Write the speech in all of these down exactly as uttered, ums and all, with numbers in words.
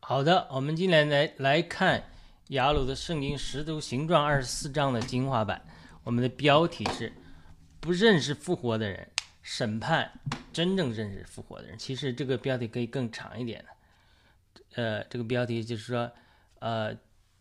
好的，我们今天来来看雅鲁的圣经使徒行传二十四章的精华版。我们的标题是不认识复活的人审判真正认识复活的人。其实这个标题可以更长一点的，呃，这个标题就是说，呃，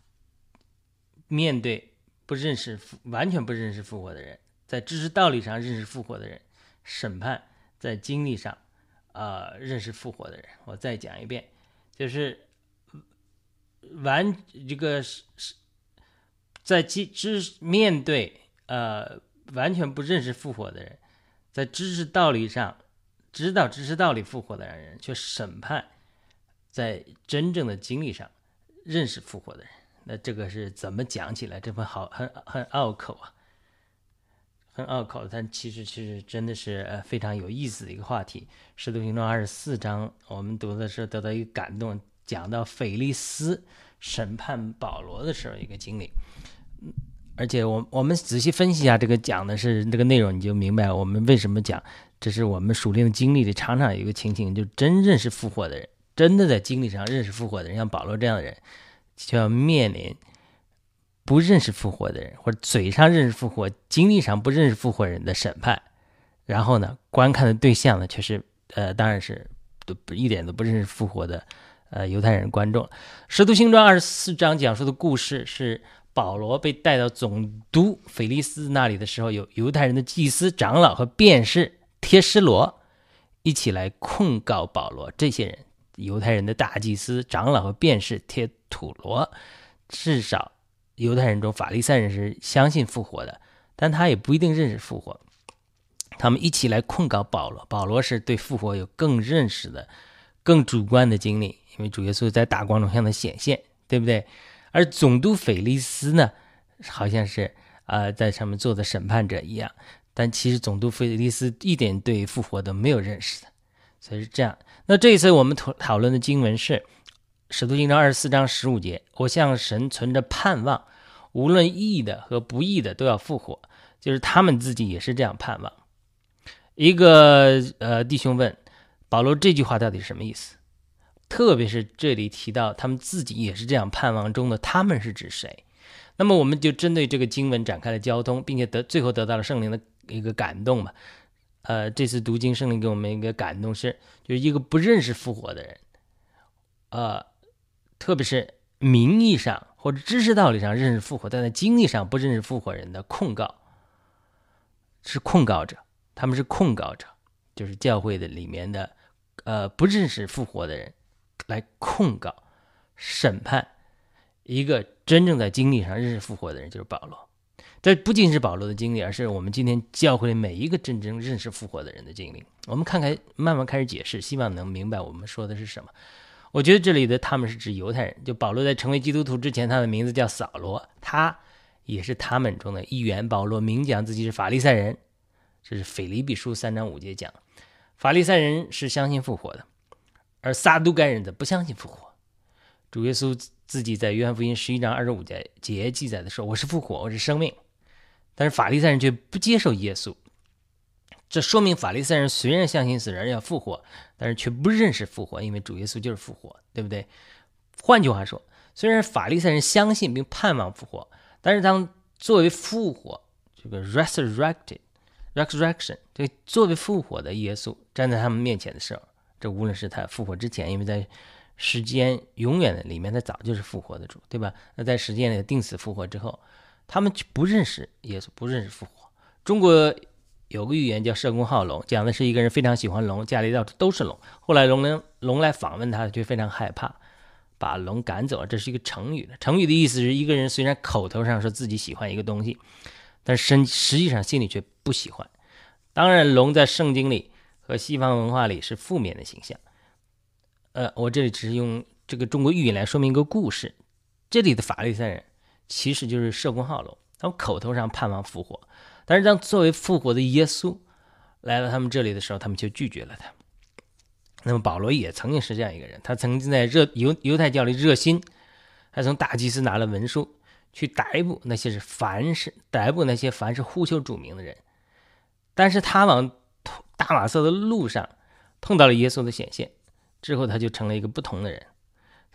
面对不认识完全不认识复活的人，在知识道理上认识复活的人，审判在经历上呃认识复活的人。我再讲一遍，就是完这个是在知面对呃完全不认识复活的人，在知识道理上知道知识道理复活的人，却审判在真正的经历上认识复活的人。那这个是怎么讲起来这么好，很很拗口啊，很拗口，但其实其实真的是呃非常有意思的一个话题。使徒行传二十四章我们读的时候得到一个感动，讲到腓利斯审判保罗的时候一个经历。而且我我们仔细分析一下这个讲的是这个内容，你就明白我们为什么讲，这是我们属灵的经历里常常有一个情形，就真认识复活的人，真的在经历上认识复活的人，像保罗这样的人，就要面临不认识复活的人，或者嘴上认识复活，经历上不认识复活人的审判。然后呢，观看的对象呢，却是呃，当然是都一点都不认识复活的呃犹太人观众。使徒行传二十四章讲述的故事是保罗被带到总督腓利斯那里的时候，有犹太人的祭司长老和辩士帖施罗一起来控告保罗。这些人，犹太人的大祭司长老和辩士帖土罗，至少犹太人中法利赛人是相信复活的，但他也不一定认识复活。他们一起来控告保罗，保罗是对复活有更认识的更主观的经历，因为主耶稣在大光中向他显现，对不对？而总督腓利斯呢，好像是呃在上面做的审判者一样，但其实总督腓利斯一点对复活都没有认识的。所以是这样。那这一次我们讨论的经文是使徒行传二十四章十五节，我向神存着盼望，无论义的和不义的都要复活。就是他们自己也是这样盼望。一个呃弟兄问保罗这句话到底是什么意思，特别是这里提到他们自己也是这样盼望中的，他们是指谁？那么我们就针对这个经文展开了交通，并且得最后得到了圣灵的一个感动嘛。呃，这次读经圣灵给我们一个感动是，就是一个不认识复活的人，呃，特别是名义上或者知识道理上认识复活，但在经历上不认识复活人的控告，是控告者，他们是控告者，就是教会的里面的呃不认识复活的人来控告审判一个真正在经历上认识复活的人，就是保罗。这不仅是保罗的经历，而是我们今天教会里每一个真正认识复活的人的经历。我们看看，慢慢开始解释，希望能明白我们说的是什么。我觉得这里的他们是指犹太人，就保罗在成为基督徒之前，他的名字叫扫罗，他也是他们中的一员。保罗明讲自己是法利赛人，这是腓立比书三章五节讲，法利赛人是相信复活的，而撒都该人则不相信复活。主耶稣自己在约翰福音十一章二十五节记载的说，我是复活，我是生命。但是法利赛人却不接受耶稣，这说明法利赛人虽然相信死人要复活，但是却不认识复活，因为主耶稣就是复活，对不对？换句话说，虽然法利赛人相信并盼望复活，但是当作为复活这个 resurrected resurrection 这个作为复活的耶稣站在他们面前的时候，这无论是他复活之前，因为在时间永远的里面他早就是复活的主，对吧？那在时间里定死复活之后，他们不认识耶稣，不认识复活。中国有个寓言叫社公好龙，讲的是一个人非常喜欢龙，家里到处都是龙，后来龙来龙来访问他，却非常害怕，把龙赶走了。这是一个成语的，成语的意思是一个人虽然口头上说自己喜欢一个东西，但是实际上心里却不喜欢。当然龙在圣经里和西方文化里是负面的形象。呃，我这里只是用这个中国寓言来说明一个故事。这里的法利赛人其实就是社公好龙，他们口头上盼望复活，但是当作为复活的耶稣来到他们这里的时候，他们就拒绝了他。那么保罗也曾经是这样一个人，他曾经在热犹犹太教里热心，还从大祭司拿了文书去逮捕那些是凡是逮捕那些凡是呼求主名的人。但是他往大马色的路上碰到了耶稣的显现之后，他就成了一个不同的人。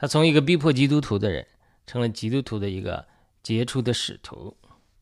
他从一个逼迫基督徒的人，成了基督徒的一个杰出的使徒。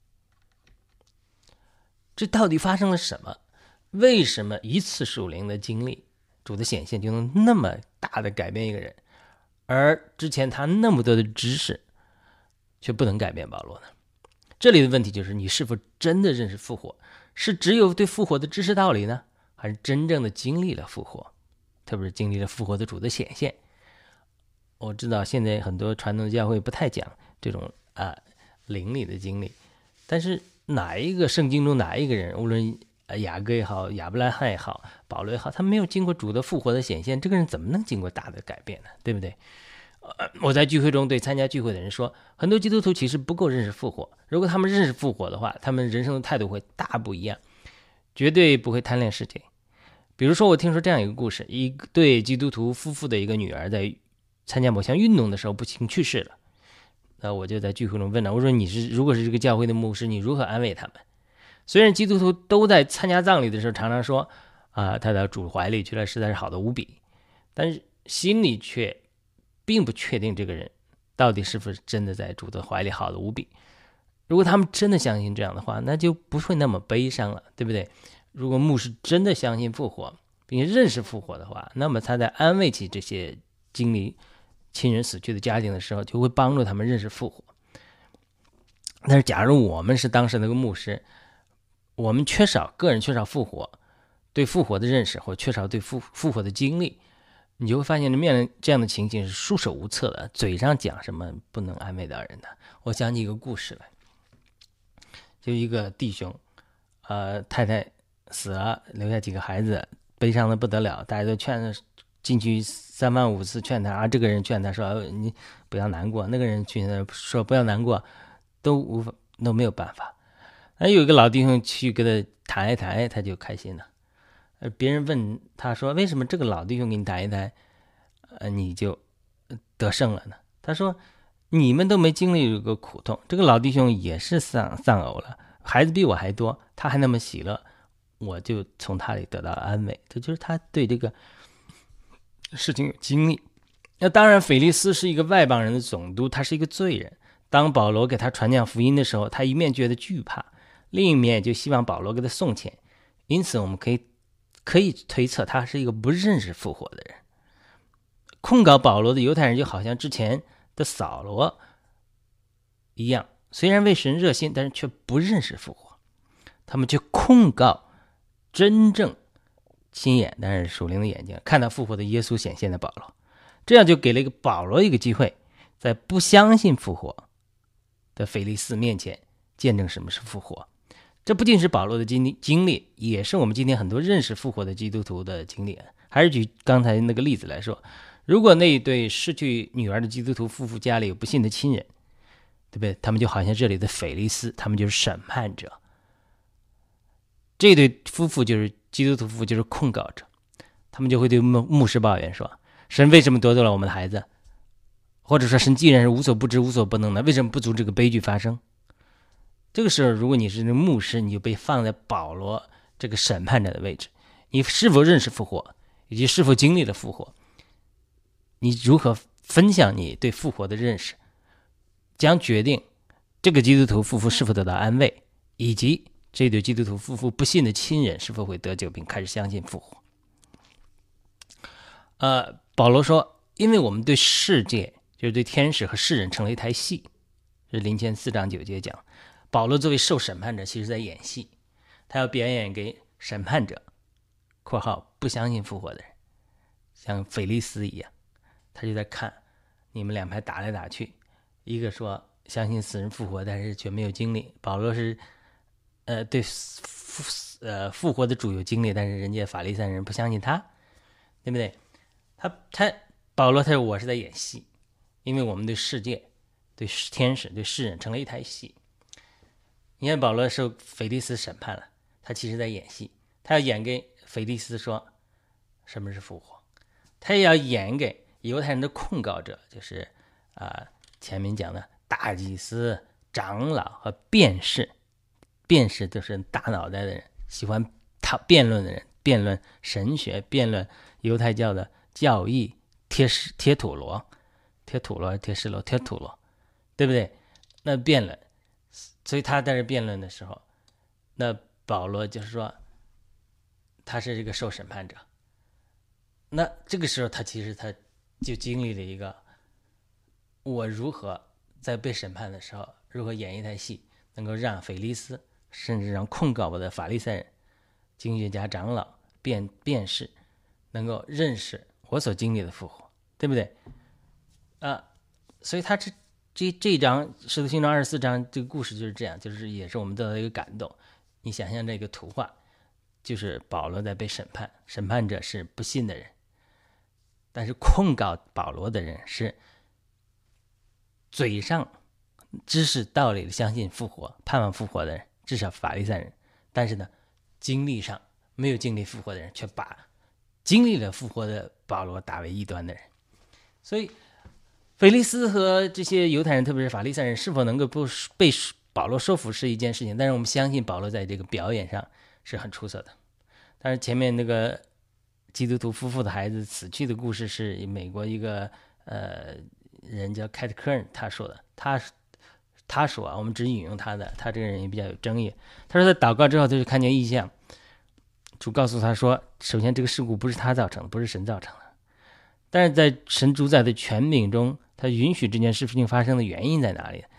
这到底发生了什么？为什么一次属灵的经历，主的显现就能那么大的改变一个人，而之前他那么多的知识却不能改变保罗呢？这里的问题就是，你是否真的认识复活？是只有对复活的知识道理呢，还是真正的经历了复活，特别是经历了复活的主的显现？我知道现在很多传统的教会不太讲这种啊灵里的经历，但是哪一个圣经中哪一个人，无论雅各也好，亚伯拉罕也好，保罗也好，他没有经过主的复活的显现，这个人怎么能经过大的改变呢？对不对？呃、我在聚会中对参加聚会的人说，很多基督徒其实不够认识复活，如果他们认识复活的话，他们人生的态度会大不一样，绝对不会贪恋世界。比如说，我听说这样一个故事，一对基督徒夫妇的一个女儿在参加某项运动的时候不幸去世了。那我就在聚会中问了，我说你是如果是这个教会的牧师，你如何安慰他们？虽然基督徒都在参加葬礼的时候常常说啊，他到主怀里去了，实在是好的无比，但是心里却并不确定这个人到底是否真的在主的怀里好的无比。如果他们真的相信这样的话，那就不会那么悲伤了，对不对？如果牧师真的相信复活，并且认识复活的话，那么他在安慰起这些经历亲人死去的家庭的时候，就会帮助他们认识复活。但是假如我们是当时那个牧师，我们缺少个人缺少复活，对复活的认识，或缺少对复复活的经历，你就会发现面临这样的情形是束手无策的，嘴上讲什么不能安慰到人的。我讲起一个故事来，就一个弟兄，呃，太太死了，留下几个孩子，悲伤的不得了，大家都劝他进去三番五次劝他啊，这个人劝他说你不要难过，那个人劝他说不要难过，都无法都没有办法。还有一个老弟兄去跟他谈一谈，他就开心了。呃，别人问他说，为什么这个老弟兄跟你谈一谈，呃，你就得胜了呢？他说，你们都没经历过苦痛，这个老弟兄也是丧丧偶了，孩子比我还多，他还那么喜乐，我就从他里得到安慰。这就是他对这个事情有经历。那当然，腓利斯是一个外邦人的总督，他是一个罪人。当保罗给他传讲福音的时候，他一面觉得惧怕，另一面就希望保罗给他送钱。因此我们可以可以推测他是一个不认识复活的人。控告保罗的犹太人就好像之前的扫罗一样，虽然为神热心，但是却不认识复活。他们却控告真正亲眼，但是属灵的眼睛看到复活的耶稣显现的保罗，这样就给了一个保罗一个机会，在不相信复活的腓利斯面前见证什么是复活。这不仅是保罗的经历，经历也是我们今天很多认识复活的基督徒的经历。还是举刚才那个例子来说，如果那一对失去女儿的基督徒夫妇家里有不幸的亲人，对不对？他们就好像这里的腓利斯，他们就是审判者。这对夫妇就是基督徒夫妇，就是控告者。他们就会对牧师抱怨说，神为什么夺走了我们的孩子？或者说神既然是无所不知无所不能的，为什么不阻止这个悲剧发生？这个时候如果你是那牧师，你就被放在保罗这个审判者的位置。你是否认识复活，以及是否经历了复活，你如何分享你对复活的认识，将决定这个基督徒夫妇是否得到安慰，以及这对基督徒夫妇不信的亲人是否会得救并开始相信复活。呃，保罗说，因为我们对世界，就是对天使和世人成了一台戏，是林前四章九节讲，保罗作为受审判者，其实在演戏，他要表演给审判者（括号不相信复活的人），像腓利斯一样，他就在看你们两派打来打去，一个说相信死人复活，但是却没有经历。保罗是呃对复呃复活的主有经历，但是人家法利赛人不相信他，对不对？他他保罗他说我是在演戏，因为我们对世界、对天使、对世人成了一台戏。你看保罗受腓利斯审判了，他其实在演戏，他要演给腓利斯说什么是复活，他也要演给犹太人的控告者，就是啊、呃、前面讲的大祭司、长老和辩士。辩士就是大脑袋的人，喜欢讨辩论的人，辩论神学，辩论犹太教的教义，贴贴土罗， 贴土了，贴石头，贴土了，对不对？那辩论，所以他在这辩论的时候，那保罗就是说，他是这个受审判者。那这个时候，他其实他就经历了一个，我如何在被审判的时候，如何演一台戏，能够让腓力斯，甚至让控告我的法利赛人、经学家、长老、辩辩士，能够认识我所经历的复活，对不对？啊，所以他这这这一章《使徒行传》二十四章这个故事就是这样，就是也是我们得到一个感动。你想象这个图画，就是保罗在被审判，审判者是不信的人，但是控告保罗的人是嘴上知识道理的相信复活、盼望复活的人，至少法利赛人，但是呢，经历上没有经历复活的人，却把经历了复活的保罗打为异端的人。所以腓力斯和这些犹太人，特别是法利赛人，是否能够不被保罗说服是一件事情，但是我们相信保罗在这个表演上是很出色的。但是前面那个基督徒夫妇的孩子死去的故事是美国一个呃人叫凯特·科恩他说的，他他说啊，我们只引用他的，他这个人也比较有争议。他说在祷告之后，他就看见异象，主告诉他说，首先这个事故不是他造成的，不是神造成的，但是在神主宰的权柄中，他允许这件事情发生的原因在哪里？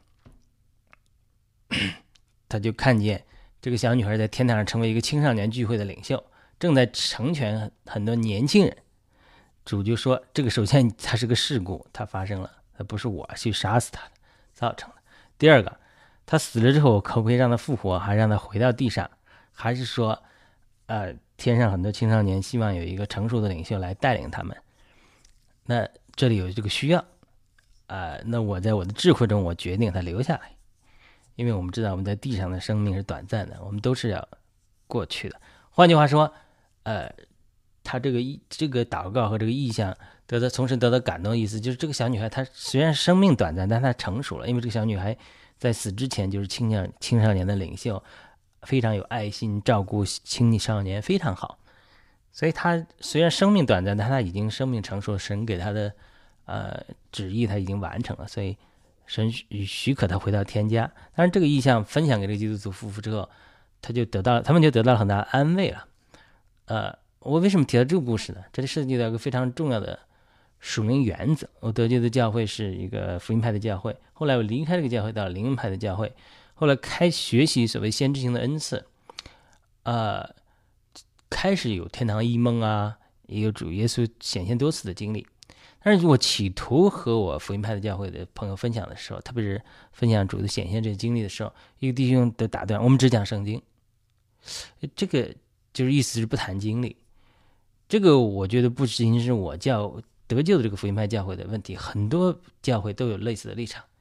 他就看见这个小女孩在天堂上成为一个青少年聚会的领袖，正在成全很多年轻人。主就说，这个首先它是个事故，它发生了，它不是我去杀死他的造成的。第二个，他死了之后，可不可以让他复活，还让他回到地上？还是说，呃，天上很多青少年希望有一个成熟的领袖来带领他们？那这里有这个需要，呃，那我在我的智慧中，我决定他留下来，因为我们知道我们在地上的生命是短暂的，我们都是要过去的。换句话说，呃，他这个这个祷告和这个意象得到从神得到感动的意思，就是这个小女孩她虽然生命短暂，但她成熟了，因为这个小女孩在死之前就是青少青少年的领袖，非常有爱心，照顾青少年非常好。所以他虽然生命短暂，但他已经生命成熟，神给他的呃旨意他已经完成了，所以神许许可他回到天家。当然这个意象分享给这个基督徒夫妇之后，他就得到他们就得到了很大的安慰了。呃，我为什么提到这个故事呢？这里涉及到一个非常重要的属灵原则。我得救的教会是一个福音派的教会，后来我离开这个教会到了灵恩派的教会，后来开学习所谓先知性的恩赐，呃。开始有天堂异梦啊，也有主耶稣显现多次的经历。但是我企图和我福音派的教会的朋友分享的时候，特别是分享主的显现这个经历的时候，一个弟兄的打断，我们只讲圣经，这个就是意思是不谈经历。这个我觉得不仅仅是我教得救的这个福音派教会的问题，很多教会都有类似的立场。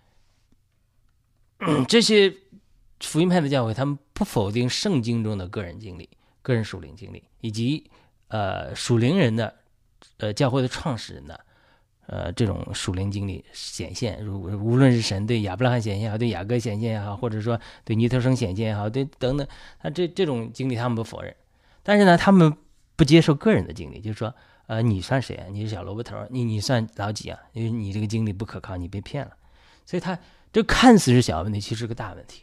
这些福音派的教会，他们不否定圣经中的个人经历、个人属灵经历，以及呃属灵人的呃教会的创始人的呃这种属灵经历显现，如无论是神对亚伯拉罕显现也好，对雅各显现也好，或者说对尼特生显现也好，对等等，他这这种经历他们不否认，但是呢，他们不接受个人的经历，就是说，呃，你算谁啊？你是小萝卜头，你你算老几啊？因为你这个经历不可靠，你被骗了，所以他这看似是小问题，其实是个大问题。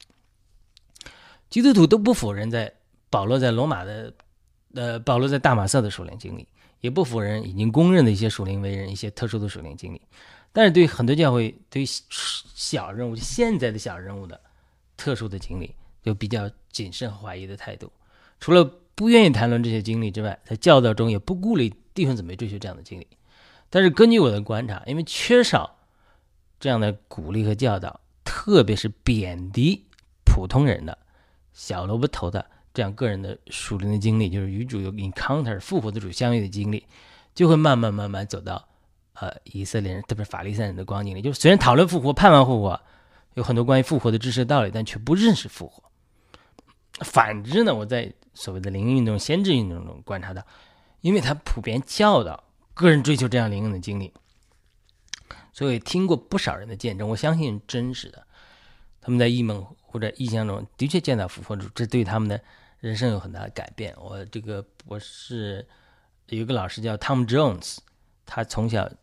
基督徒都不否认在保罗在罗马的，呃，保罗在大马色的属灵经历，也不否认已经公认的一些属灵为人、一些特殊的属灵经历，但是对很多教会对小人物、现在的小人物的特殊的经历，就比较谨慎怀疑的态度。除了不愿意谈论这些经历之外，在教导中也不鼓励弟兄姊妹追求这样的经历。但是根据我的观察，因为缺少这样的鼓励和教导，特别是贬低普通人的小萝卜头的这样个人的属灵的经历，就是与主有 encounter 复活的主相遇的经历，就会慢慢慢慢走到呃以色列人特别是法利赛人的光景里。就是虽然讨论复活、盼望复活，有很多关于复活的知识道理，但却不认识复活。反之呢，我在所谓的灵运动、先知运动中观察到，因为他普遍教导个人追求这样灵恩的经历，所以听过不少人的见证，我相信真实的。他们在异梦或者异象中的确见到复活主，这对他们的人生有很大的改变。我这个博士有一个老师叫 Tom Jones， 他从小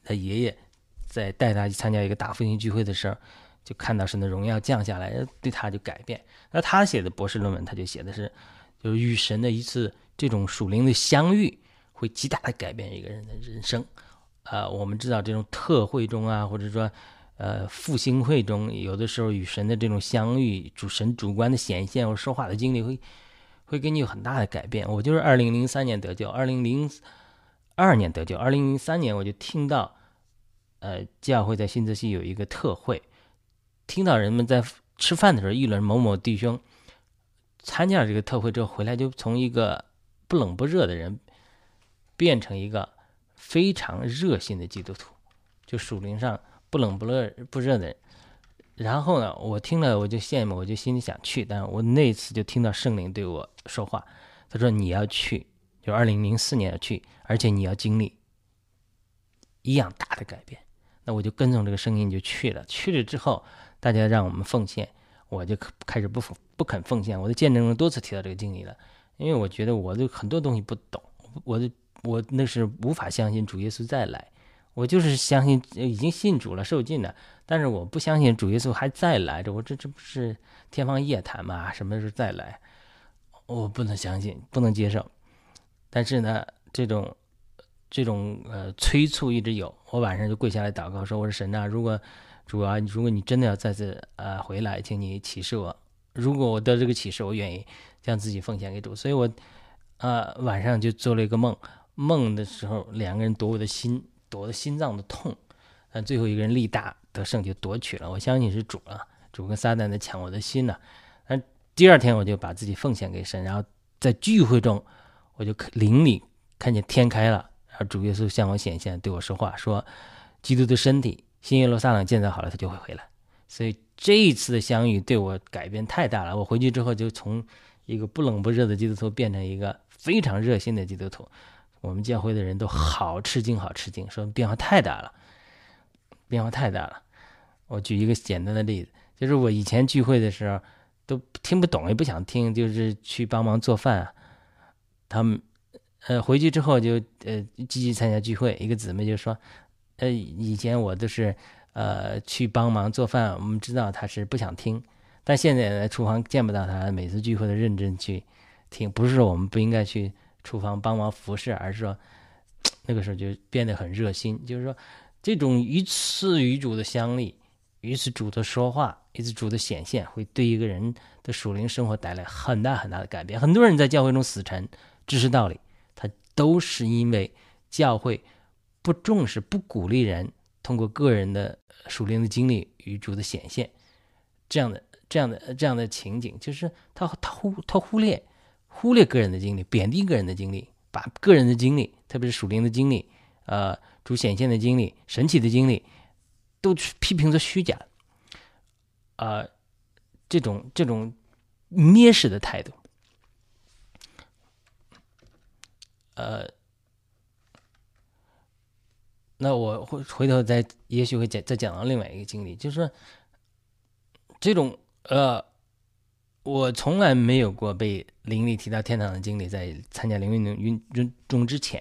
他爷爷在带他去参加一个大复兴聚会的时候，就看到神的荣耀降下来，对他就改变。那他写的博士论文，他就写的是，就是与神的一次这种属灵的相遇，会极大的改变一个人的人生。呃，我们知道这种特会中啊，或者说呃复兴会中，有的时候与神的这种相遇，主神主观的显现或说话的经历会会给你有很大的改变。我就是二零零三年得救，二零零二年得救，二零零三年我就听到呃教会在新泽西有一个特会，听到人们在吃饭的时候议论某某弟兄参加了这个特会之后回来，就从一个不冷不热的人变成一个非常热心的基督徒，就属灵上不冷不热不热的人。然后呢，我听了我就羡慕，我就心里想去，但我那次就听到圣灵对我说话，他说你要去，就二零零四年要去，而且你要经历一样大的改变。那我就跟从这个声音就去了。去了之后，大家让我们奉献，我就开始不不肯奉献。我的见证中多次提到这个经历了，因为我觉得我的很多东西不懂，我的我那是无法相信主耶稣再来。我就是相信已经信主了，受尽了，但是我不相信主耶稣还再来着。我这这不是天方夜谭吗？什么时候再来？我不能相信，不能接受。但是呢，这种这种呃催促一直有。我晚上就跪下来祷告，说：“我说神啊，如果主啊，如果你真的要再次呃回来，请你启示我。如果我得这个启示，我愿意将自己奉献给主。”所以我呃晚上就做了一个梦，梦的时候两个人夺我的心。夺的心脏的痛，但最后一个人力大得胜就夺取了。我相信是主了，主跟撒旦在抢我的心呢。但第二天我就把自己奉献给神，然后在聚会中，我就灵里看见天开了，然后主耶稣向我显现，对我说话，说基督的身体新耶路撒冷建造好了，他就会回来。所以这一次的相遇对我改变太大了。我回去之后就从一个不冷不热的基督徒变成一个非常热心的基督徒。我们教会的人都好吃惊，好吃惊，说变化太大了，变化太大了。我举一个简单的例子，就是我以前聚会的时候都听不懂，也不想听，就是去帮忙做饭啊。他们呃回去之后就呃积极参加聚会，一个姊妹就说，呃以前我都是呃去帮忙做饭，我们知道他是不想听，但现在在厨房见不到他，每次聚会都认真去听，不是说我们不应该去厨房帮忙服侍，而是说那个时候就变得很热心。就是说这种一次与主的相立，一次主的说话，一次主的显现，会对一个人的属灵生活带来很大很大的改变。很多人在教会中死沉知识道理，他都是因为教会不重视不鼓励人通过个人的属灵的经历与主的显现，这样的这样的这样的情景，就是他他忽他忽略忽略个人的经历，贬低个人的经历，把个人的经历，特别是属灵的经历，呃，主显现的经历，神奇的经历，都批评作虚假，呃，这种这种蔑视的态度，呃，那我会回头再也许会讲再讲到另外一个经历，就是说这种呃。我从来没有过被灵里提到天堂的经历，在参加灵运动中之前，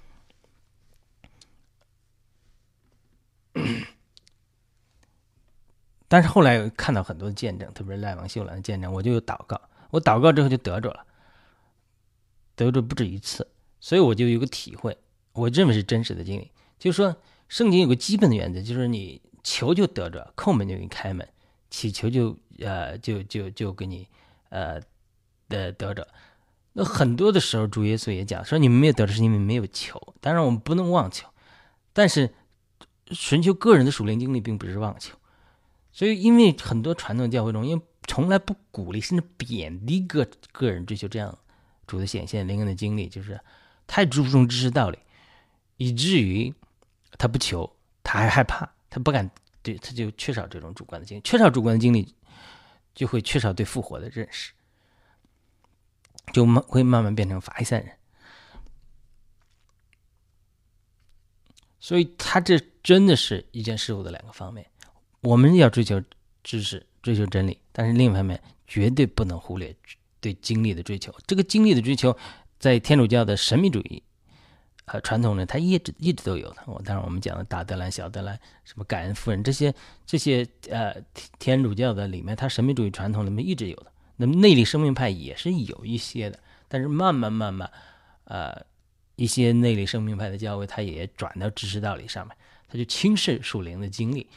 但是后来看到很多见证，特别是赖王秀兰的见证，我就有祷告，我祷告之后就得着了，得着不止一次，所以我就有个体会，我认为是真实的经历，就是说圣经有个基本的原则，就是你求就得着，叩门就给你开门，祈求就呃就就就给你呃的得着。那很多的时候主耶稣也讲说，你们没有得着是因为没有求，当然我们不能妄求，但是寻求个人的属灵经历并不是妄求。所以因为很多传统教会中因为从来不鼓励甚至贬低个个人追求这样主的显现灵恩的经历，就是太注重知识道理，以至于他不求，他还害怕，他不敢，对，他就缺少这种主观的经历，缺少主观的经历就会缺少对复活的认识，就会慢慢变成法利赛人。所以他这真的是一件事物的两个方面，我们要追求知识，追求真理，但是另一方面绝对不能忽略对经历的追求。这个经历的追求在天主教的神秘主义呃传统人他一直一直都有的。我当然我们讲的大德兰、小德兰，什么感恩夫人这些这些呃天主教的里面，它神秘主义传统里面一直有的。那么内力生命派也是有一些的，但是慢慢慢慢，呃，一些内力生命派的教会，它也转到知识道理上面，它就轻视属灵的经历。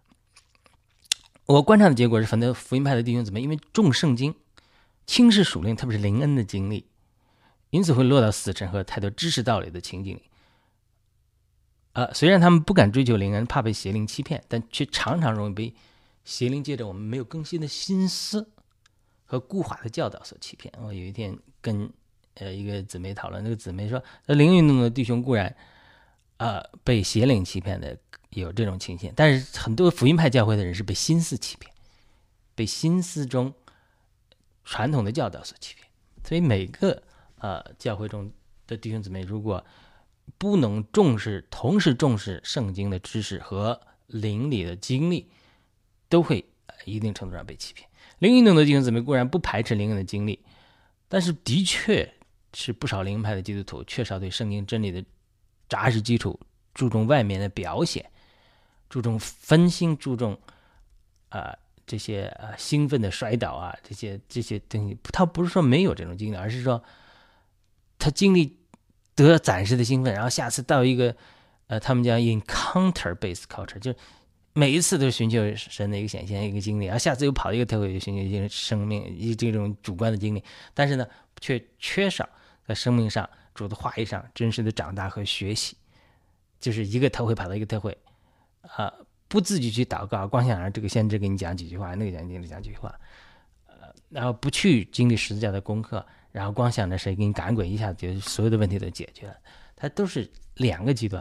我观察的结果是，很多福音派的弟兄姊妹因为重圣经，轻视属灵，特别是灵恩的经历，因此会落到死沉和太多知识道理的情景里。呃，虽然他们不敢追求灵恩，怕被邪灵欺骗，但却常常容易被邪灵借着我们没有更新的心思和固化的教导所欺骗。我有一天跟呃一个姊妹讨论，那个姊妹说，灵运动的弟兄固然呃被邪灵欺骗的有这种情形，但是很多福音派教会的人是被心思欺骗，被心思中传统的教导所欺骗。所以每个呃教会中的弟兄姊妹，如果不能重视同时重视圣经的知识和灵里的经历，都会一定程度上被欺骗。灵运动的弟兄姊妹固然不排斥灵恩的经历，但是的确是不少灵恩派的基督徒缺少对圣经真理的扎实基础，注重外面的表现，注重分心，注重呃这些呃兴奋的摔倒啊，这些这些东西。他不是说没有这种经历，而是说他经历得暂时的兴奋，然后下次到一个呃他们叫 encounter based culture， 就是每一次都寻求神的一个显现，一个经历，然后下次又跑一个特会寻求一个生命一这种主观的经历，但是呢却缺少在生命上主的话语上真实的长大和学习。就是一个特会跑到一个特会啊、呃，不自己去祷告，光想让这个先知给你讲几句话，那个讲经理讲几句话，呃，然后不去经历十字架的功课，然后光想着谁给你赶鬼，一下子就所有的问题都解决了，它都是两个极端。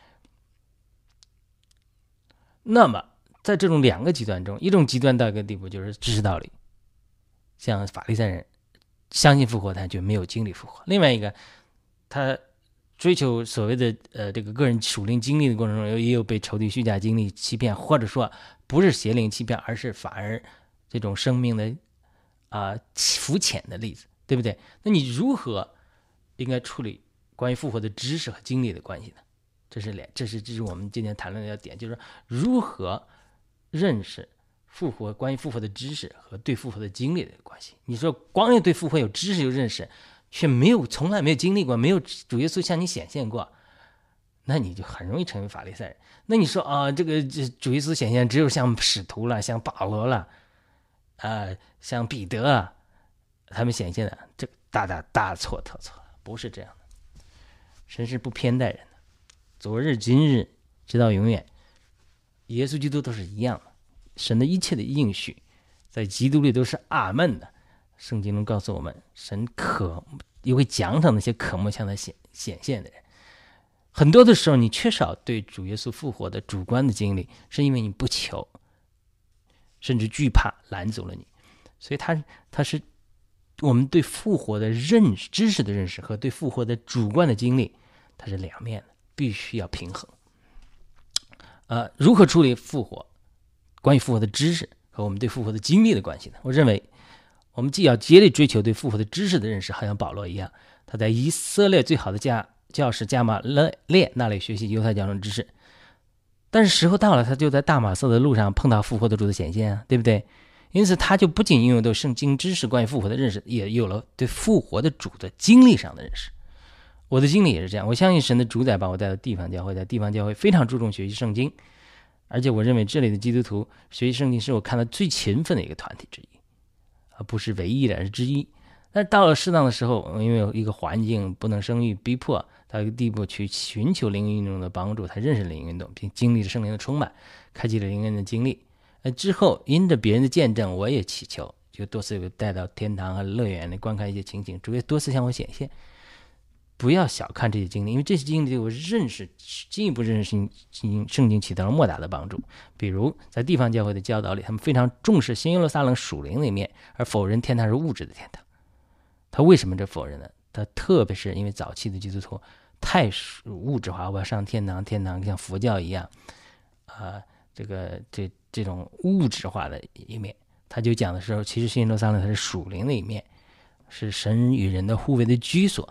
那么在这种两个极端中，一种极端到一个地步就是知识道理，像法利赛人相信复活，但就没有经历复活；另外一个他追求所谓的呃这个个人属灵经历的过程中，也有被仇敌虚假经历欺骗，或者说不是邪灵欺骗，而是反而这种生命的啊、呃、浮浅的例子，对不对？那你如何应该处理关于复活的知识和经历的关系呢？这是两，这是这是我们今天谈论的点，就是如何认识复活，关于复活的知识和对复活的经历的关系。你说光有对复活有知识有认识，却没有从来没有经历过，没有主耶稣向你显现过，那你就很容易成为法利赛人。那你说啊、呃，这个主耶稣显现只有像使徒了，像保罗了，啊、呃，像彼得啊，他们显现的，这个大大大错特错，不是这样的。神是不偏待人的，昨日今日直到永远，耶稣基督都是一样的。神的一切的应许在基督里都是阿们的。圣经中告诉我们，神可也会奖赏那些渴慕向他显显现的人。很多的时候你缺少对主耶稣复活的主观的经历，是因为你不求，甚至惧怕拦阻了你。所以他他是我们对复活的认识知识的认识和对复活的主观的经历，它是两面的，必须要平衡。呃，如何处理复活，关于复活的知识和我们对复活的经历的关系呢？我认为我们既要竭力追求对复活的知识的认识，好像保罗一样，他在以色列最好的家教士加马列那里学习犹太教中知识，但是时候到了，他就在大马色的路上碰到复活的主的显现啊，对不对？因此他就不仅拥有对圣经知识关于复活的认识，也有了对复活的主的经历上的认识。我的经历也是这样，我相信神的主宰把我带到地方教会，在地方教会非常注重学习圣经，而且我认为这里的基督徒学习圣经是我看到最勤奋的一个团体之一，而不是唯一的，而是之一。但是到了适当的时候，因为一个环境不能生育，逼迫到一个地步去寻求灵运动的帮助，才认识灵运动，并经历了圣灵的充满，开启了灵恩的经历。呃，之后因着别人的见证，我也祈求，就多次被带到天堂和乐园里观看一些情景，主也多次向我显现。不要小看这些经历，因为这些经历对我认识进一步认识圣经起到了莫大的帮助。比如在地方教会的教导里，他们非常重视新耶路撒冷属灵的一面，而否认天堂是物质的天堂。他为什么这否认呢？他特别是因为早期的基督徒太物质化，我要上天堂，天堂像佛教一样啊、呃，这个这这种物质化的一面。他就讲的时候，其实新耶路撒冷它是属灵的一面，是神与人的互为的居所。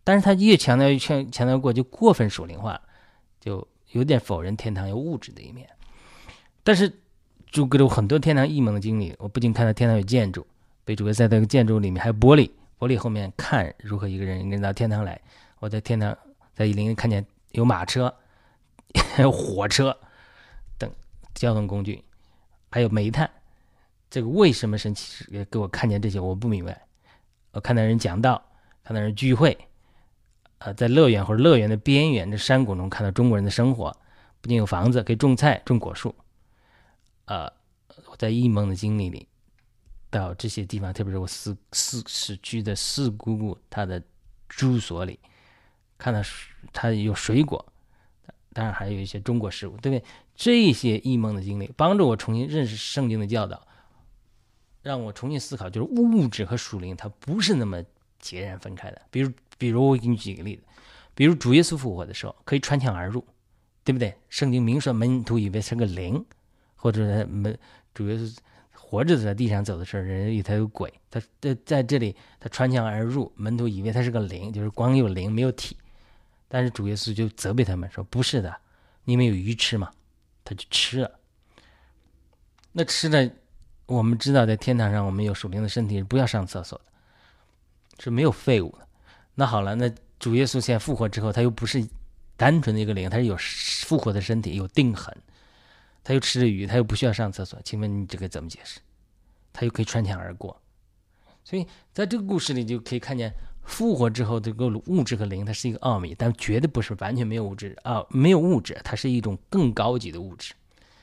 但是他越强调越强强调过，就过分属灵化，就有点否认天堂有物质的一面。但是主给了我很多天堂异梦的经历，我不仅看到天堂有建筑，被主在这个建筑里面还有玻璃，玻璃后面看如何一个人跟到天堂来。我在天堂在一零看见有马车，还有火车等交通工具，还有煤炭。这个为什么神奇给我看见这些我不明白。我看到人讲道，看到人聚会，呃，在乐园或者乐园的边缘的山谷中看到中国人的生活，不仅有房子可以种菜种果树。呃，我在异梦的经历里到这些地方，特别是我四四市区的四姑姑她的住所里，看到她有水果，当然还有一些中国食物，对不对？这些异梦的经历帮助我重新认识圣经的教导，让我重新思考，就是物质和属灵它不是那么截然分开的。比如，比如我给你举个例子，比如主耶稣复活的时候可以穿墙而入，对不对？圣经明说门徒以为是个灵，或者门主耶稣活着在地上走的时候，人以为他有鬼，他在在这里他穿墙而入，门徒以为他是个灵，就是光有灵没有体。但是主耶稣就责备他们说：“不是的，你们有鱼吃吗？”他就吃了。那吃了，我们知道在天堂上我们有属灵的身体，不要上厕所的，是没有废物的。那好了，那主耶稣现在复活之后，他又不是单纯的一个灵，他是有复活的身体，有定痕，他又吃了鱼，他又不需要上厕所，请问你这个怎么解释？他又可以穿墙而过。所以在这个故事里就可以看见，复活之后这个物质和灵它是一个奥秘，但绝对不是完全没有物质啊，没有物质，它是一种更高级的物质。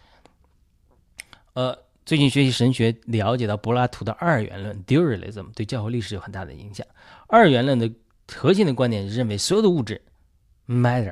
呃，最近学习神学，了解到柏拉图的二元论 dualism 对教会历史有很大的影响。二元论的核心的观点认为，所有的物质 matter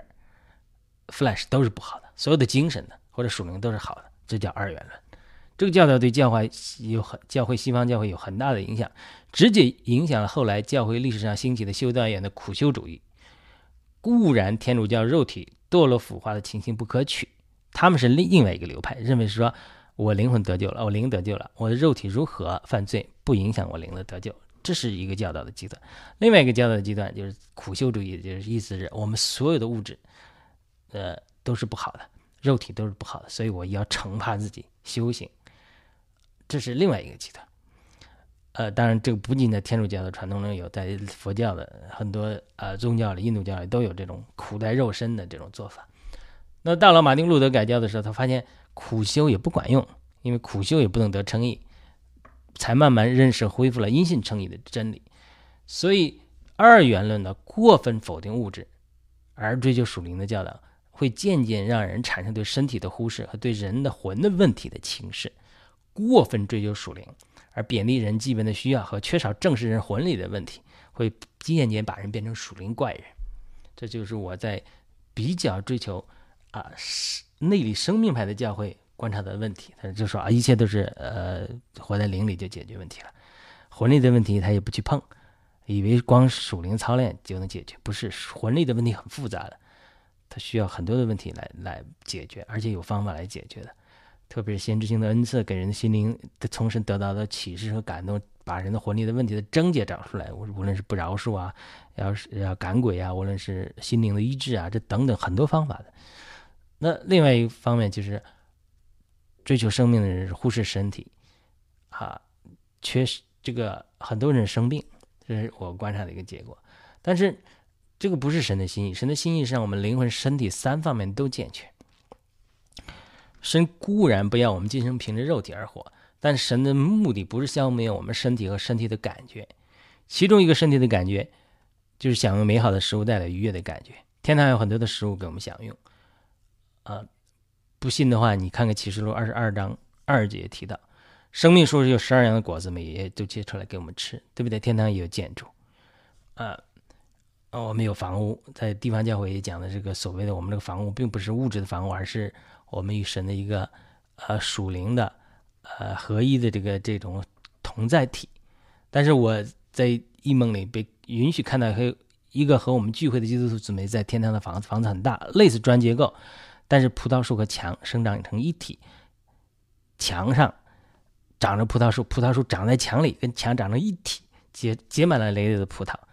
flesh 都是不好的，所有的精神的或者属灵都是好的，这叫二元论。这个教导对教会有很教会西方教会有很大的影响，直接影响了后来教会历史上兴起的修道院的苦修主义。固然天主教肉体堕落腐化的情形不可取，他们是另外一个流派，认为说我灵魂得救了，我灵得救了，我的肉体如何犯罪不影响我灵的得救，这是一个教导的极端。另外一个教导的极端就是苦修主义，就是意思是我们所有的物质呃都是不好的，肉体都是不好的，所以我要惩罚自己修行，这是另外一个极端。呃，当然这个不仅在天主教的传统中有，在佛教的很多呃宗教里，印度教里都有这种苦待肉身的这种做法。那到了马丁路德改教的时候，他发现苦修也不管用，因为苦修也不能得称义，才慢慢认识恢复了因信称义的真理。所以二元论的过分否定物质而追求属灵的教导，会渐渐让人产生对身体的忽视和对人的魂的问题的轻视。过分追求属灵而贬低人基本的需要和缺少正视人魂理的问题，会渐渐把人变成属灵怪人。这就是我在比较追求啊内里生命派的教会观察的问题。他就说啊，一切都是呃活在灵里就解决问题了，魂力的问题他也不去碰，以为光属灵操练就能解决，不是，魂力的问题很复杂的，它需要很多的问题来来解决，而且有方法来解决的。特别是先知性的恩赐给人的心灵的从神得到的启示和感动，把人的魂力的问题的症结找出来，无论是不饶恕啊，要是要赶鬼啊，无论是心灵的医治啊，这等等很多方法的。那另外一方面就是追求生命的人忽视身体啊，缺失这个很多人生病，这是我观察的一个结果。但是这个不是神的心意，神的心意是让我们灵魂身体三方面都健全。神固然不要我们今生凭着肉体而活，但神的目的不是消灭我们身体和身体的感觉，其中一个身体的感觉就是享用美好的食物带来愉悦的感觉。天堂有很多的食物给我们享用啊，不信的话你看看启示录二十二章二节提到，生命树有十二样的果子，每夜都结出来给我们吃，对不对？天堂也有建筑啊，我们有房屋，在地方教会也讲的这个所谓的我们这个房屋并不是物质的房屋，而是我们与神的一个呃属灵的呃合一的这个这种同在体。但是我在异梦里被允许看到一个和我们聚会的基督徒姊妹在天堂的房子，房子很大，类似砖结构，但是葡萄树和墙生长成一体，墙上长着葡萄树，葡萄树长在墙里，跟墙长成一体，结结满了累累的葡萄。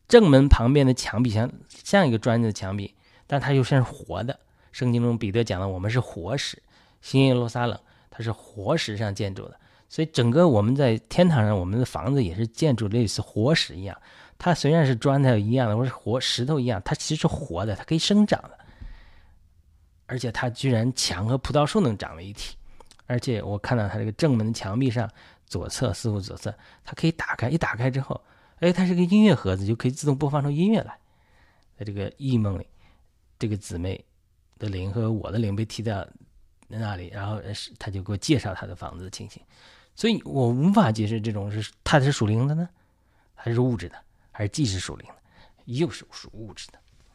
正门旁边的墙壁像像一个砖的墙壁，但它又像是活的。圣经中彼得讲了，我们是活石，新耶路撒冷它是活石上建筑的，所以整个我们在天堂上，我们的房子也是建筑类似活石一样。它虽然是砖头一样的，或是活石头一样，它其实是活的，它可以生长的，而且它居然墙和葡萄树能长为一体。而且我看到它这个正门的墙壁上左侧，似乎左侧它可以打开，一打开之后，哎，它是个音乐盒子，就可以自动播放出音乐来。在这个异梦里，这个姊妹的灵和我的灵被提到那里，然后他就给我介绍他的房子的情形。所以我无法解释这种是它是属灵的呢，还是物质的，还是既是属灵的，又是属物质的。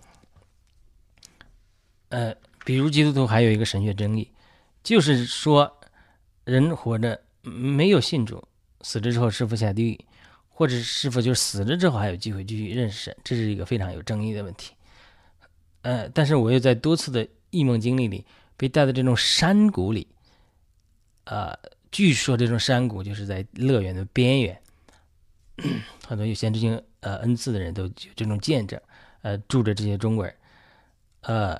呃，比如基督徒还有一个神学争议，就是说人活着没有信主，死了之后是否下地狱，或者是否就是死了之后还有机会继续认识神，这是一个非常有争议的问题。呃，但是我又在多次的异梦经历里被带到这种山谷里，呃，据说这种山谷就是在乐园的边缘，很多有先知性呃恩赐的人都有这种见证，呃，住着这些中国人，呃，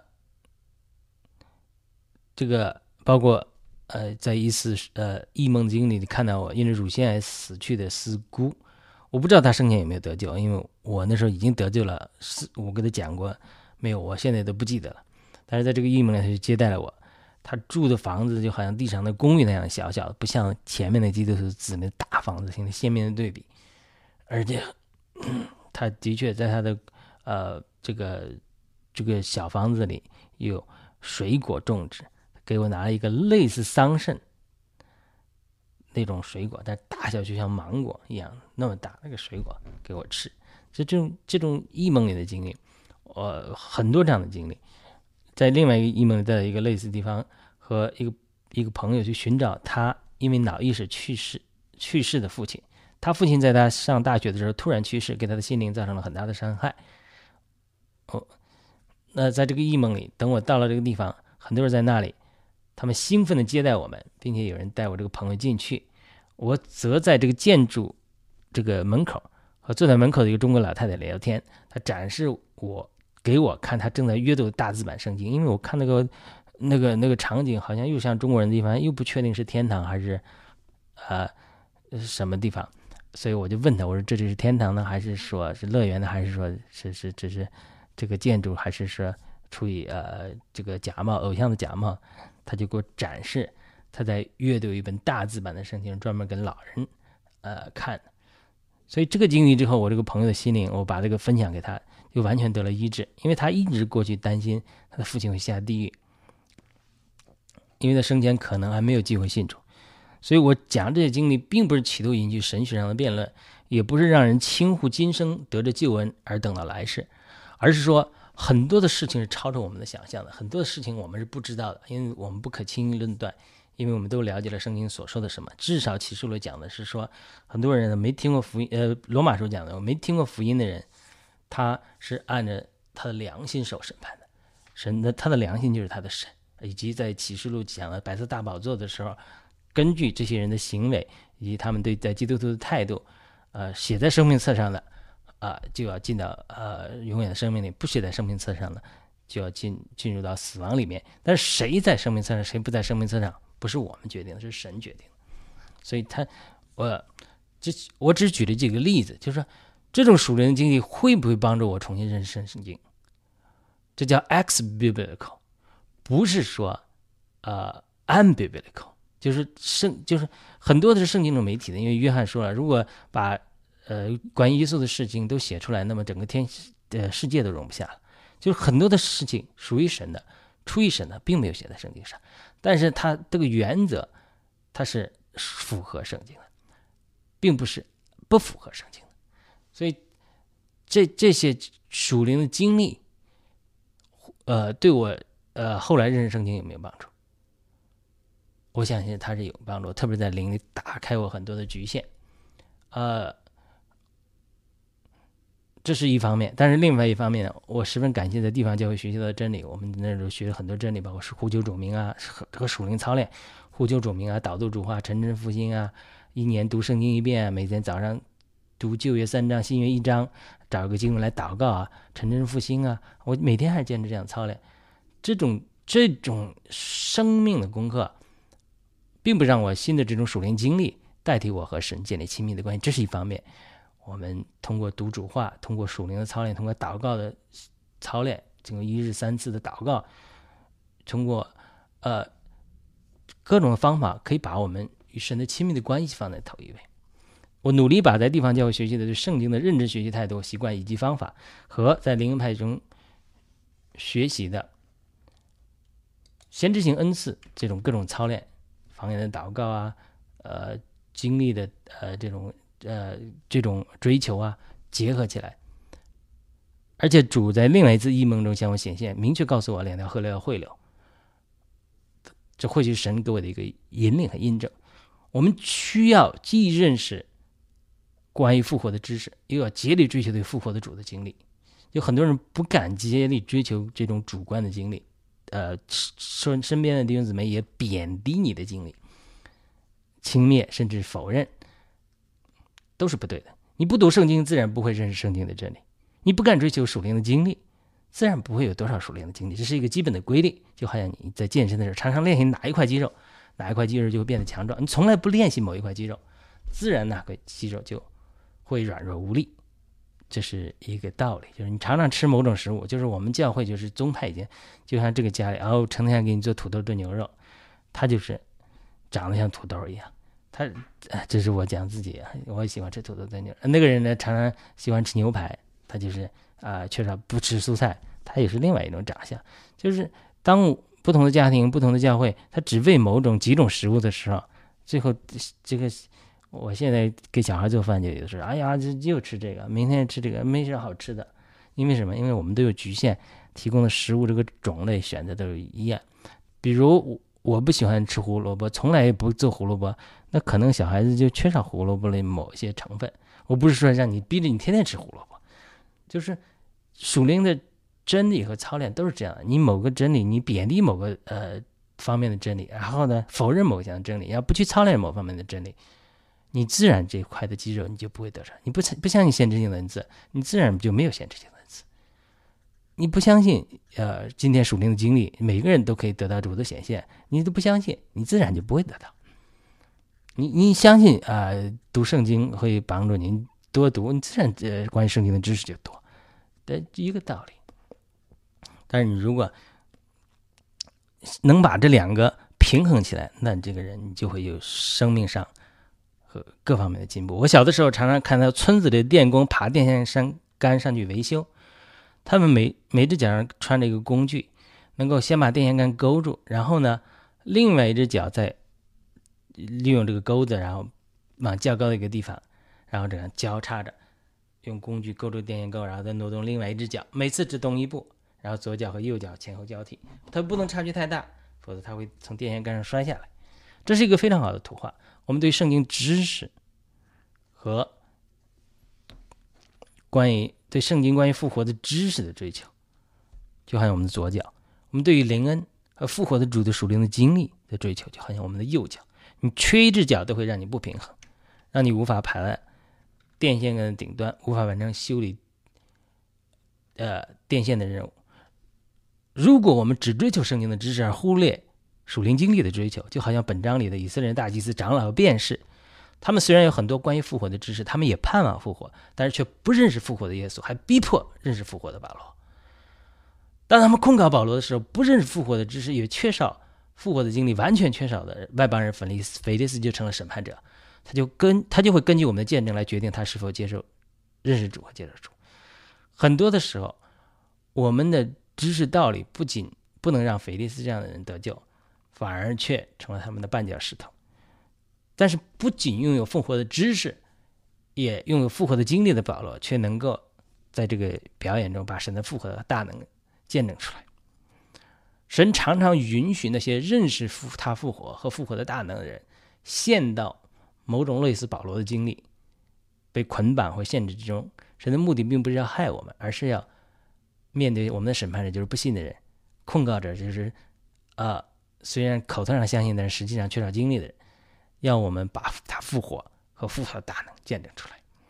这个包括呃，在一次呃异梦经历里看到我因为乳腺癌死去的四姑，我不知道他生前有没有得救，因为我那时候已经得救了，我跟他讲过没有，我现在都不记得了。但是在这个异梦里，他就接待了我。他住的房子就好像地上的公寓那样小小的，不像前面的基督徒姊妹大房子，形成鲜明的对比。而且，嗯、他的确在他的呃这个这个小房子里有水果种植，给我拿了一个类似桑葚那种水果，但大小就像芒果一样那么大那个水果给我吃。这种这种异梦里的经历，呃，很多这样的经历。在另外一个异梦里，在一个类似地方和一个一个朋友去寻找他因为脑溢血去世去世的父亲。他父亲在他上大学的时候突然去世，给他的心灵造成了很大的伤害。哦，那在这个异梦里，等我到了这个地方，很多人在那里，他们兴奋地接待我们，并且有人带我这个朋友进去。我则在这个建筑这个门口和坐在门口的一个中国老太太聊天，她展示我给我看她正在阅读大字版圣经，因为我看那个那个那个场景好像又像中国人的地方，又不确定是天堂还是呃什么地方，所以我就问他，我说这就是天堂呢，还是说是乐园呢，还是说是是这是这个建筑，还是说出于呃这个假冒偶像的假冒？他就给我展示他在阅读一本大字版的圣经，专门跟老人呃看。所以这个经历之后，我这个朋友的心灵，我把这个分享给他，就完全得了医治，因为他一直过去担心他的父亲会下地狱，因为他生前可能还没有机会信主。所以我讲这些经历，并不是企图引起神学上的辩论，也不是让人轻忽今生得着救恩而等到来世，而是说很多的事情是超出我们的想象的，很多的事情我们是不知道的，因为我们不可轻易论断，因为我们都了解了圣经所说的什么。至少启示录讲的是说，很多人没听过福音，呃，罗马书讲的，没听过福音的人，他是按着他的良心受审判的，神的他的良心就是他的神，以及在启示录讲了白色大宝座的时候，根据这些人的行为以及他们对在基督徒的态度，呃，写在生命册上的啊、呃，就要进到呃永远的生命里；不写在生命册上的，就要进进入到死亡里面。但是谁在生命册上，谁不在生命册上，不是我们决定的，是神决定的。所以他，我这我只举了几个例子，就是说这种属灵的经历会不会帮助我重新认识圣经？这叫 ex-biblical， 不是说呃 unbiblical。就是圣，就是很多的是圣经中没提的，因为约翰说了，如果把呃关于耶稣的事情都写出来，那么整个天呃世界都容不下了。就是很多的事情属于神的，出于神的，并没有写在圣经上，但是它这个原则，它是符合圣经的，并不是不符合圣经的。所以这这些属灵的经历，呃，对我呃后来认识圣经有没有帮助？我相信它是有帮助，特别在灵里打开我很多的局限，呃，这是一方面。但是另外一方面呢，我十分感谢在地方教会学习到的真理。我们那时候学了很多真理，包括是呼求主名啊，和属灵操练，呼求主名啊，导读主话，晨晨复兴啊，一年读圣经一遍，每天早上读旧约三章，新约一章，找个经文来祷告啊，陈真复兴啊，我每天还是坚持这样操练。这种这种生命的功课，并不让我新的这种属灵经历代替我和神建立亲密的关系，这是一方面。我们通过读主话，通过属灵的操练，通过祷告的操练，经过一日三次的祷告，通过呃各种的方法，可以把我们与神的亲密的关系放在头一位。我努力把在地方教会学习的对圣经的认知学习态度、习惯以及方法，和在灵恩派中学习的先知性恩赐这种各种操练、方言的祷告啊，呃，经历的呃这种呃这种追求啊，结合起来。而且主在另外一次异梦中向我显现，明确告诉我两条河流要汇流。这或许是神给我的一个引领和印证。我们需要既认识关于复活的知识，又要竭力追求对复活的主的经历。有很多人不敢竭力追求这种主观的经历，呃，身身边的弟兄姊妹也贬低你的经历，轻蔑甚至否认，都是不对的。你不读圣经，自然不会认识圣经的真理；你不敢追求属灵的经历，自然不会有多少属灵的经历。这是一个基本的规律，就好像你在健身的时候，常常练习哪一块肌肉，哪一块肌肉就会变得强壮。你从来不练习某一块肌肉，自然哪块肌肉就会软弱无力。这是一个道理，就是你常常吃某种食物，就是我们教会就是宗派间，就像这个家里，然后成天给你做土豆炖牛肉，它就是长得像土豆一样。他，这是我讲自己，我也喜欢吃土豆炖牛肉。那个人呢，常常喜欢吃牛排，他就是啊、呃，缺少不吃蔬菜，他也是另外一种长相。就是当不同的家庭、不同的教会，他只为某种几种食物的时候，最后这个。我现在给小孩做饭就有的时候，哎呀，又吃这个，明天吃这个，没啥好吃的。因为什么？因为我们都有局限，提供的食物这个种类选择都是一样。比如我不喜欢吃胡萝卜，从来也不做胡萝卜，那可能小孩子就缺少胡萝卜的某些成分。我不是说让你逼着你天天吃胡萝卜，就是属灵的真理和操练都是这样的。你某个真理，你贬低某个呃方面的真理，然后呢否认某项真理，要不去操练某方面的真理。你自然这块的肌肉你就不会得着。你不不相信先知性的恩赐，你自然就没有先知性的恩赐。你不相信呃今天属灵的经历，每个人都可以得到主的显现，你都不相信，你自然就不会得到。你你相信啊、呃，读圣经会帮助你多读，你自然呃关于圣经的知识就多，这一个道理。但是你如果能把这两个平衡起来，那这个人你就会有生命上和各方面的进步。我小的时候常常看到村子里的电工爬电线杆上去维修，他们每每只脚上穿着一个工具，能够先把电线杆勾住，然后呢，另外一只脚再利用这个钩子，然后往较高的一个地方，然后这样交叉着，用工具勾住电线钩，然后再挪动另外一只脚，每次只动一步，然后左脚和右脚前后交替，它不能差距太大，否则它会从电线杆上摔下来。这是一个非常好的图画。我们对圣经知识和关于对圣经关于复活的知识的追求，就好像我们的左脚；我们对于灵恩和复活的主的属灵的经历的追求，就好像我们的右脚。你缺一只脚都会让你不平衡，让你无法爬在电线杆的顶端，无法完成修理呃电线的任务。如果我们只追求圣经的知识而忽略属灵经历的追求，就好像本章里的以色列大祭司长老辩士，他们虽然有很多关于复活的知识，他们也盼望复活，但是却不认识复活的耶稣，还逼迫认识复活的保罗。当他们控告保罗的时候，不认识复活的知识，也缺少复活的经历，完全缺少的外邦人腓利斯，腓利斯就成了审判者，他就跟他就会根据我们的见证来决定他是否接受认识主和接受主。很多的时候，我们的知识道理不仅不能让腓利斯这样的人得救，反而却成了他们的绊脚石头。但是不仅拥有复活的知识，也拥有复活的经历的保罗，却能够在这个表演中把神的复活的大能见证出来。神常常允许那些认识他复活和复活的大能的人陷到某种类似保罗的经历，被捆绑或限制之中。神的目的并不是要害我们，而是要面对我们的审判者，就是不信的人，控告者就是呃虽然口头上相信，但是实际上缺少经历的人，要我们把他复活和复活的大能见证出来。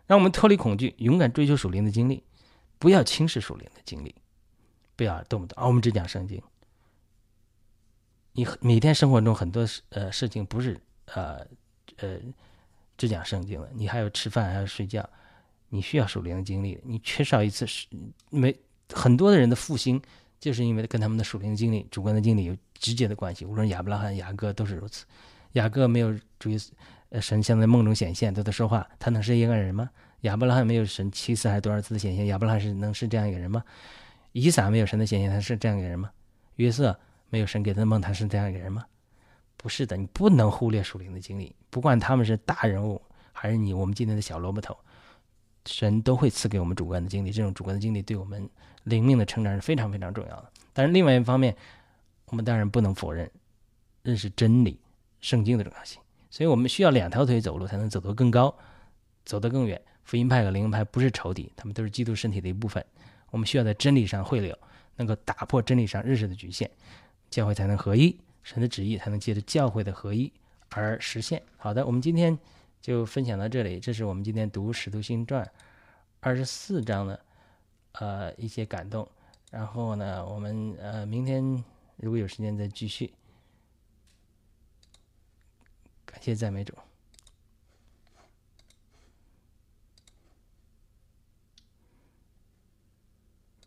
让我们脱离恐惧，勇敢追求属灵的经历，不要轻视属灵的经历，不要动不动啊，我们只讲圣经。你每天生活中很多呃事情不是呃呃只讲圣经的，你还要吃饭，还要睡觉，你需要属灵的经历。你缺少一次，没很多的人的复兴，就是因为跟他们的属灵的经历、主观的经历有直接的关系。无论亚伯拉罕、雅各都是如此。雅各没有主于呃神像在梦中显现，对他说话，他能是一个人吗？亚伯拉罕没有神七次还是多少次的显现，亚伯拉罕是能是这样一个人吗？以撒没有神的显现，他是这样一个人吗？约瑟没有神给他的梦，他是这样一个人吗？不是的，你不能忽略属灵的经历，不管他们是大人物还是你我们今天的小萝卜头，神都会赐给我们主观的经历，这种主观的经历对我们灵命的成长是非常非常重要的。但是另外一方面，我们当然不能否认认识真理圣经的重要性，所以我们需要两条腿走路才能走得更高，走得更远。福音派和灵恩派不是仇敌，他们都是基督身体的一部分。我们需要在真理上汇流，能够打破真理上认识的局限，教会才能合一，神的旨意才能借着教会的合一而实现。好的，我们今天就分享到这里，这是我们今天读《使徒行传》二十四章的呃一些感动。然后呢，我们呃明天如果有时间再继续。感谢赞美主。